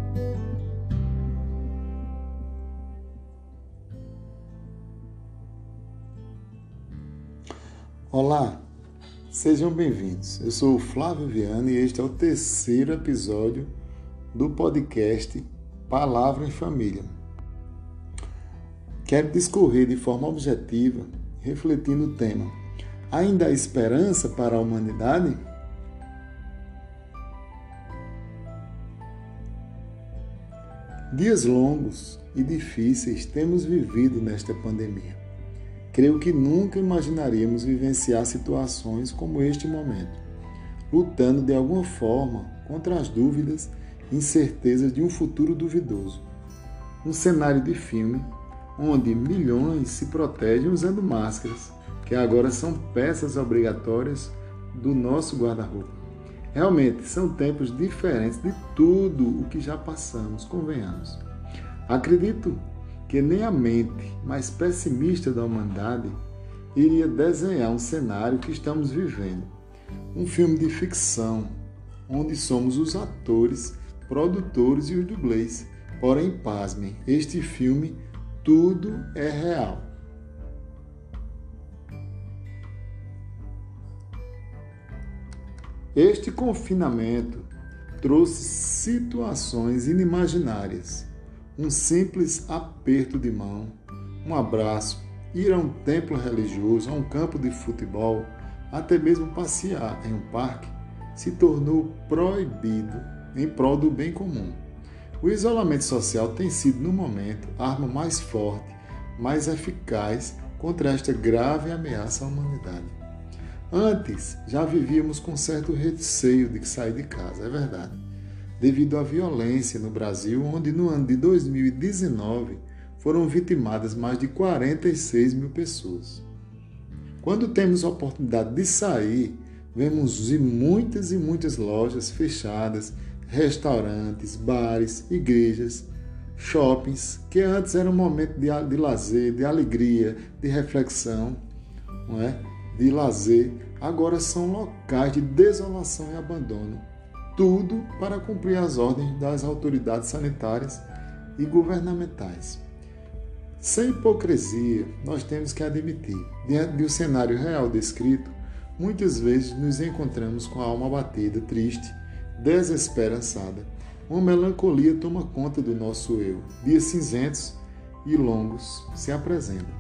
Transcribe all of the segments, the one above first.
Olá, sejam bem-vindos. Eu sou o Flávio Viana e este é o terceiro episódio do podcast Palavra em Família. Quero discorrer de forma objetiva, refletindo o tema: ainda há esperança para a humanidade? Dias longos e difíceis temos vivido nesta pandemia. Creio que nunca imaginaríamos vivenciar situações como este momento, lutando de alguma forma contra as dúvidas e incertezas de um futuro duvidoso. Um cenário de filme onde milhões se protegem usando máscaras, que agora são peças obrigatórias do nosso guarda-roupa. Realmente, são tempos diferentes de tudo o que já passamos, convenhamos. Acredito que nem a mente mais pessimista da humanidade iria desenhar um cenário que estamos vivendo. Um filme de ficção, onde somos os atores, produtores e os dublês. Porém, pasmem, este filme, tudo é real. Este confinamento trouxe situações inimaginárias. Um simples aperto de mão, um abraço, ir a um templo religioso, a um campo de futebol, até mesmo passear em um parque, se tornou proibido em prol do bem comum. O isolamento social tem sido, no momento, a arma mais forte, mais eficaz contra esta grave ameaça à humanidade. Antes, já vivíamos com certo receio de sair de casa, é verdade, devido à violência no Brasil, onde no ano de 2019 foram vitimadas mais de 46 mil pessoas. Quando temos a oportunidade de sair, vemos muitas e muitas lojas fechadas, restaurantes, bares, igrejas, shoppings, que antes era um momento de lazer, de alegria, de reflexão, não é? De lazer, agora são locais de desolação e abandono. Tudo para cumprir as ordens das autoridades sanitárias e governamentais. Sem hipocrisia, nós temos que admitir, diante do cenário real descrito, muitas vezes nos encontramos com a alma abatida, triste, desesperançada. Uma melancolia toma conta do nosso eu. Dias cinzentos e longos se apresentam.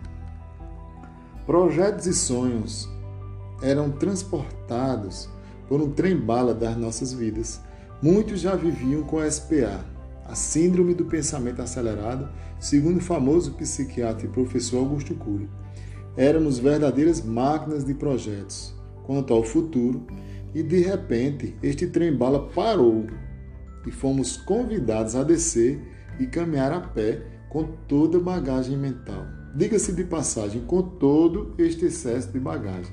Projetos e sonhos eram transportados por um trem-bala das nossas vidas. Muitos já viviam com a SPA, a Síndrome do Pensamento Acelerado, segundo o famoso psiquiatra e professor Augusto Cury. Éramos verdadeiras máquinas de projetos quanto ao futuro e, de repente, este trem-bala parou e fomos convidados a descer e caminhar a pé com toda a bagagem mental. Diga-se de passagem, com todo este excesso de bagagem.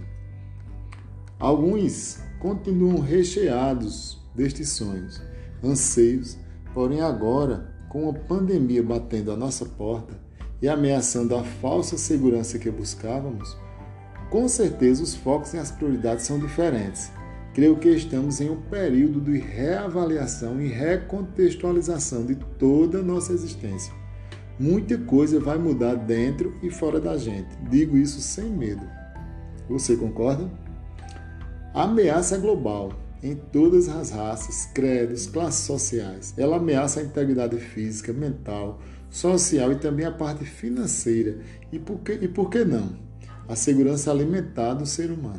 Alguns continuam recheados destes sonhos, anseios, porém agora, com a pandemia batendo à nossa porta e ameaçando a falsa segurança que buscávamos, com certeza os focos e as prioridades são diferentes. Creio que estamos em um período de reavaliação e recontextualização de toda a nossa existência. Muita coisa vai mudar dentro e fora da gente. Digo isso sem medo. Você concorda? A ameaça é global, em todas as raças, credos, classes sociais. Ela ameaça a integridade física, mental, social e também a parte financeira. E por que não? A segurança alimentar do ser humano.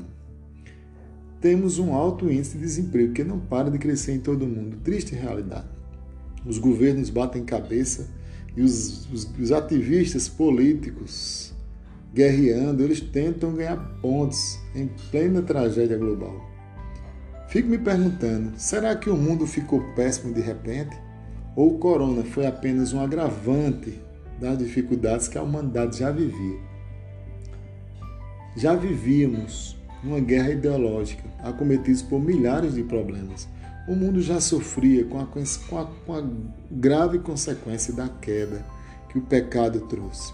Temos um alto índice de desemprego que não para de crescer em todo o mundo. Triste realidade. Os governos batem cabeça e os ativistas políticos guerreando, eles tentam ganhar pontos em plena tragédia global. Fico me perguntando, será que o mundo ficou péssimo de repente? Ou o corona foi apenas um agravante das dificuldades que a humanidade já vivia? Já vivíamos numa guerra ideológica, acometidos por milhares de problemas. O mundo já sofria com a grave consequência da queda que o pecado trouxe.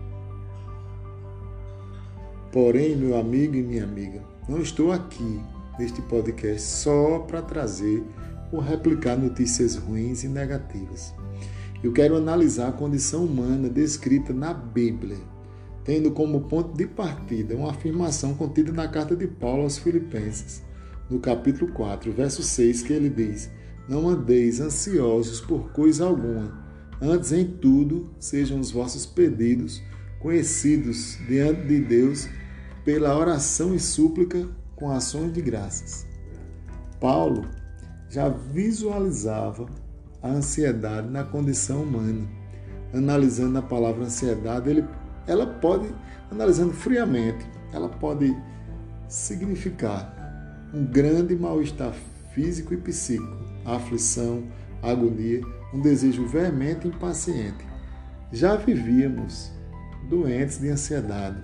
Porém, meu amigo e minha amiga, não estou aqui neste podcast só para trazer ou replicar notícias ruins e negativas. Eu quero analisar a condição humana descrita na Bíblia, tendo como ponto de partida uma afirmação contida na carta de Paulo aos Filipenses, no capítulo 4, verso 6, que ele diz: "Não andeis ansiosos por coisa alguma, antes em tudo sejam os vossos pedidos conhecidos diante de Deus pela oração e súplica com ações de graças." Paulo já visualizava a ansiedade na condição humana. Analisando a palavra ansiedade, ela pode, analisando friamente, ela pode significar um grande mal-estar físico e psíquico, a aflição, a agonia, um desejo veemente e impaciente. Já vivíamos doentes de ansiedade,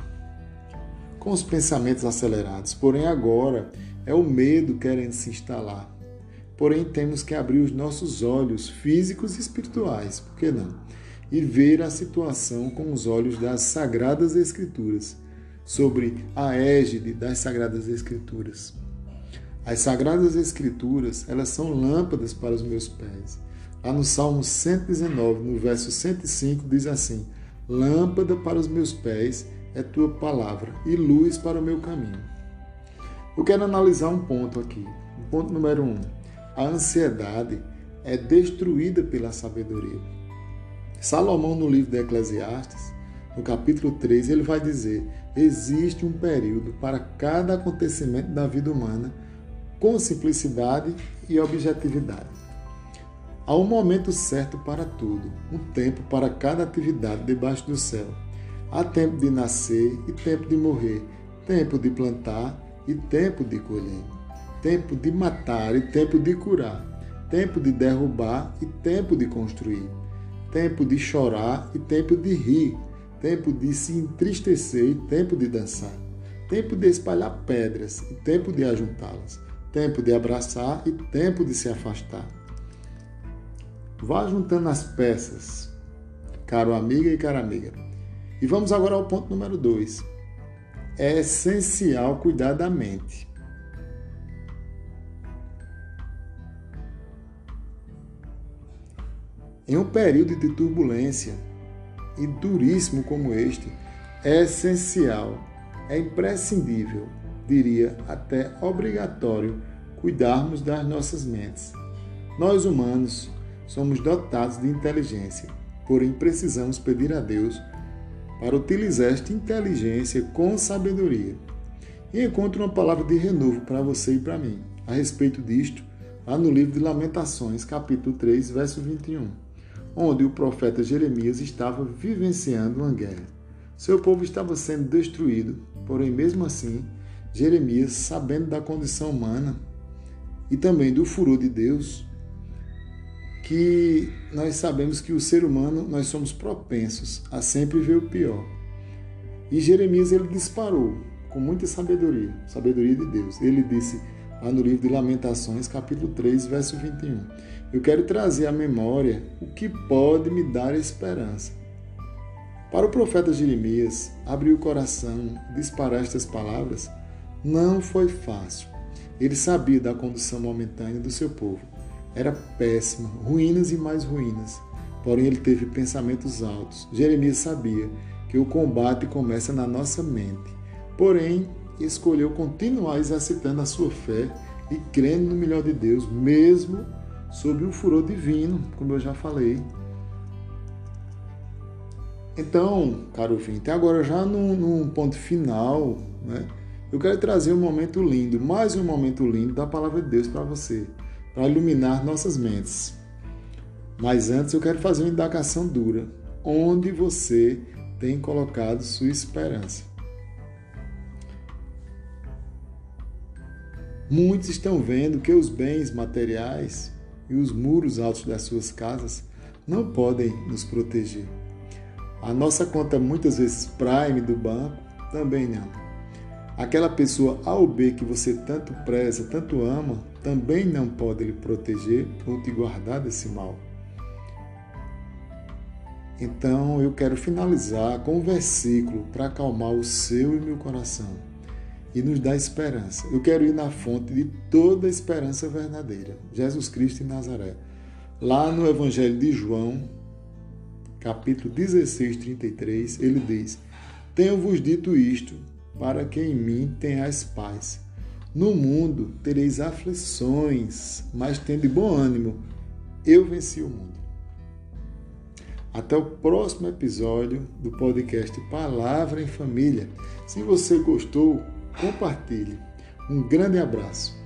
com os pensamentos acelerados, porém agora é o medo querendo se instalar. Porém temos que abrir os nossos olhos físicos e espirituais, por que não? E ver a situação com os olhos das Sagradas Escrituras, sobre a égide das Sagradas Escrituras. As Sagradas Escrituras, elas são lâmpadas para os meus pés. Lá no Salmo 119, no verso 105, diz assim: "Lâmpada para os meus pés é tua palavra e luz para o meu caminho." Eu quero analisar um ponto aqui. O ponto número 1. A ansiedade é destruída pela sabedoria. Salomão, no livro de Eclesiastes, no capítulo 3, ele vai dizer: existe um período para cada acontecimento da vida humana com simplicidade e objetividade. Há um momento certo para tudo, um tempo para cada atividade debaixo do céu. Há tempo de nascer e tempo de morrer, tempo de plantar e tempo de colher, tempo de matar e tempo de curar, tempo de derrubar e tempo de construir, tempo de chorar e tempo de rir, tempo de se entristecer e tempo de dançar, tempo de espalhar pedras e tempo de ajuntá-las, tempo de abraçar e tempo de se afastar. Vá juntando as peças, caro amiga e cara amiga. E vamos agora ao ponto número 2. É essencial cuidar da mente. Em um período de turbulência e duríssimo como este, é essencial, é imprescindível, diria até obrigatório, cuidarmos das nossas mentes. Nós humanos somos dotados de inteligência, porém precisamos pedir a Deus para utilizar esta inteligência com sabedoria. E encontro uma palavra de renovo para você e para mim, a respeito disto, lá no livro de Lamentações, capítulo 3, verso 21, onde o profeta Jeremias estava vivenciando uma guerra. Seu povo estava sendo destruído, porém mesmo assim, Jeremias, sabendo da condição humana e também do furor de Deus, que nós sabemos que o ser humano, nós somos propensos a sempre ver o pior. E Jeremias, ele disparou com muita sabedoria, sabedoria de Deus. Ele disse lá no livro de Lamentações, capítulo 3, verso 21, eu quero trazer à memória o que pode me dar esperança. Para o profeta Jeremias, abrir o coração e disparar estas palavras não foi fácil. Ele sabia da condição momentânea do seu povo. Era péssima, ruínas e mais ruínas. Porém, ele teve pensamentos altos. Jeremias sabia que o combate começa na nossa mente. Porém, escolheu continuar exercitando a sua fé e crendo no melhor de Deus, mesmo sob o furor divino, como eu já falei. Então, caro ouvinte, agora já num ponto final, né, eu quero trazer um momento lindo, mais um momento lindo da palavra de Deus para você, para iluminar nossas mentes. Mas antes eu quero fazer uma indagação dura. Onde você tem colocado sua esperança? Muitos estão vendo que os bens materiais e os muros altos das suas casas não podem nos proteger. A nossa conta, muitas vezes Prime do banco, também não. Aquela pessoa A ou B que você tanto preza, tanto ama, também não pode lhe proteger ou te guardar desse mal. Então eu quero finalizar com um versículo para acalmar o seu e meu coração. e nos dá esperança. Eu quero ir na fonte de toda a esperança verdadeira, Jesus Cristo em Nazaré. Lá no Evangelho de João, capítulo 16, 33, ele diz: tenho-vos dito isto, para que em mim tenhais paz. No mundo tereis aflições, mas tende bom ânimo. Eu venci o mundo. Até o próximo episódio do podcast Palavra em Família. Se você gostou, compartilhe. Um grande abraço.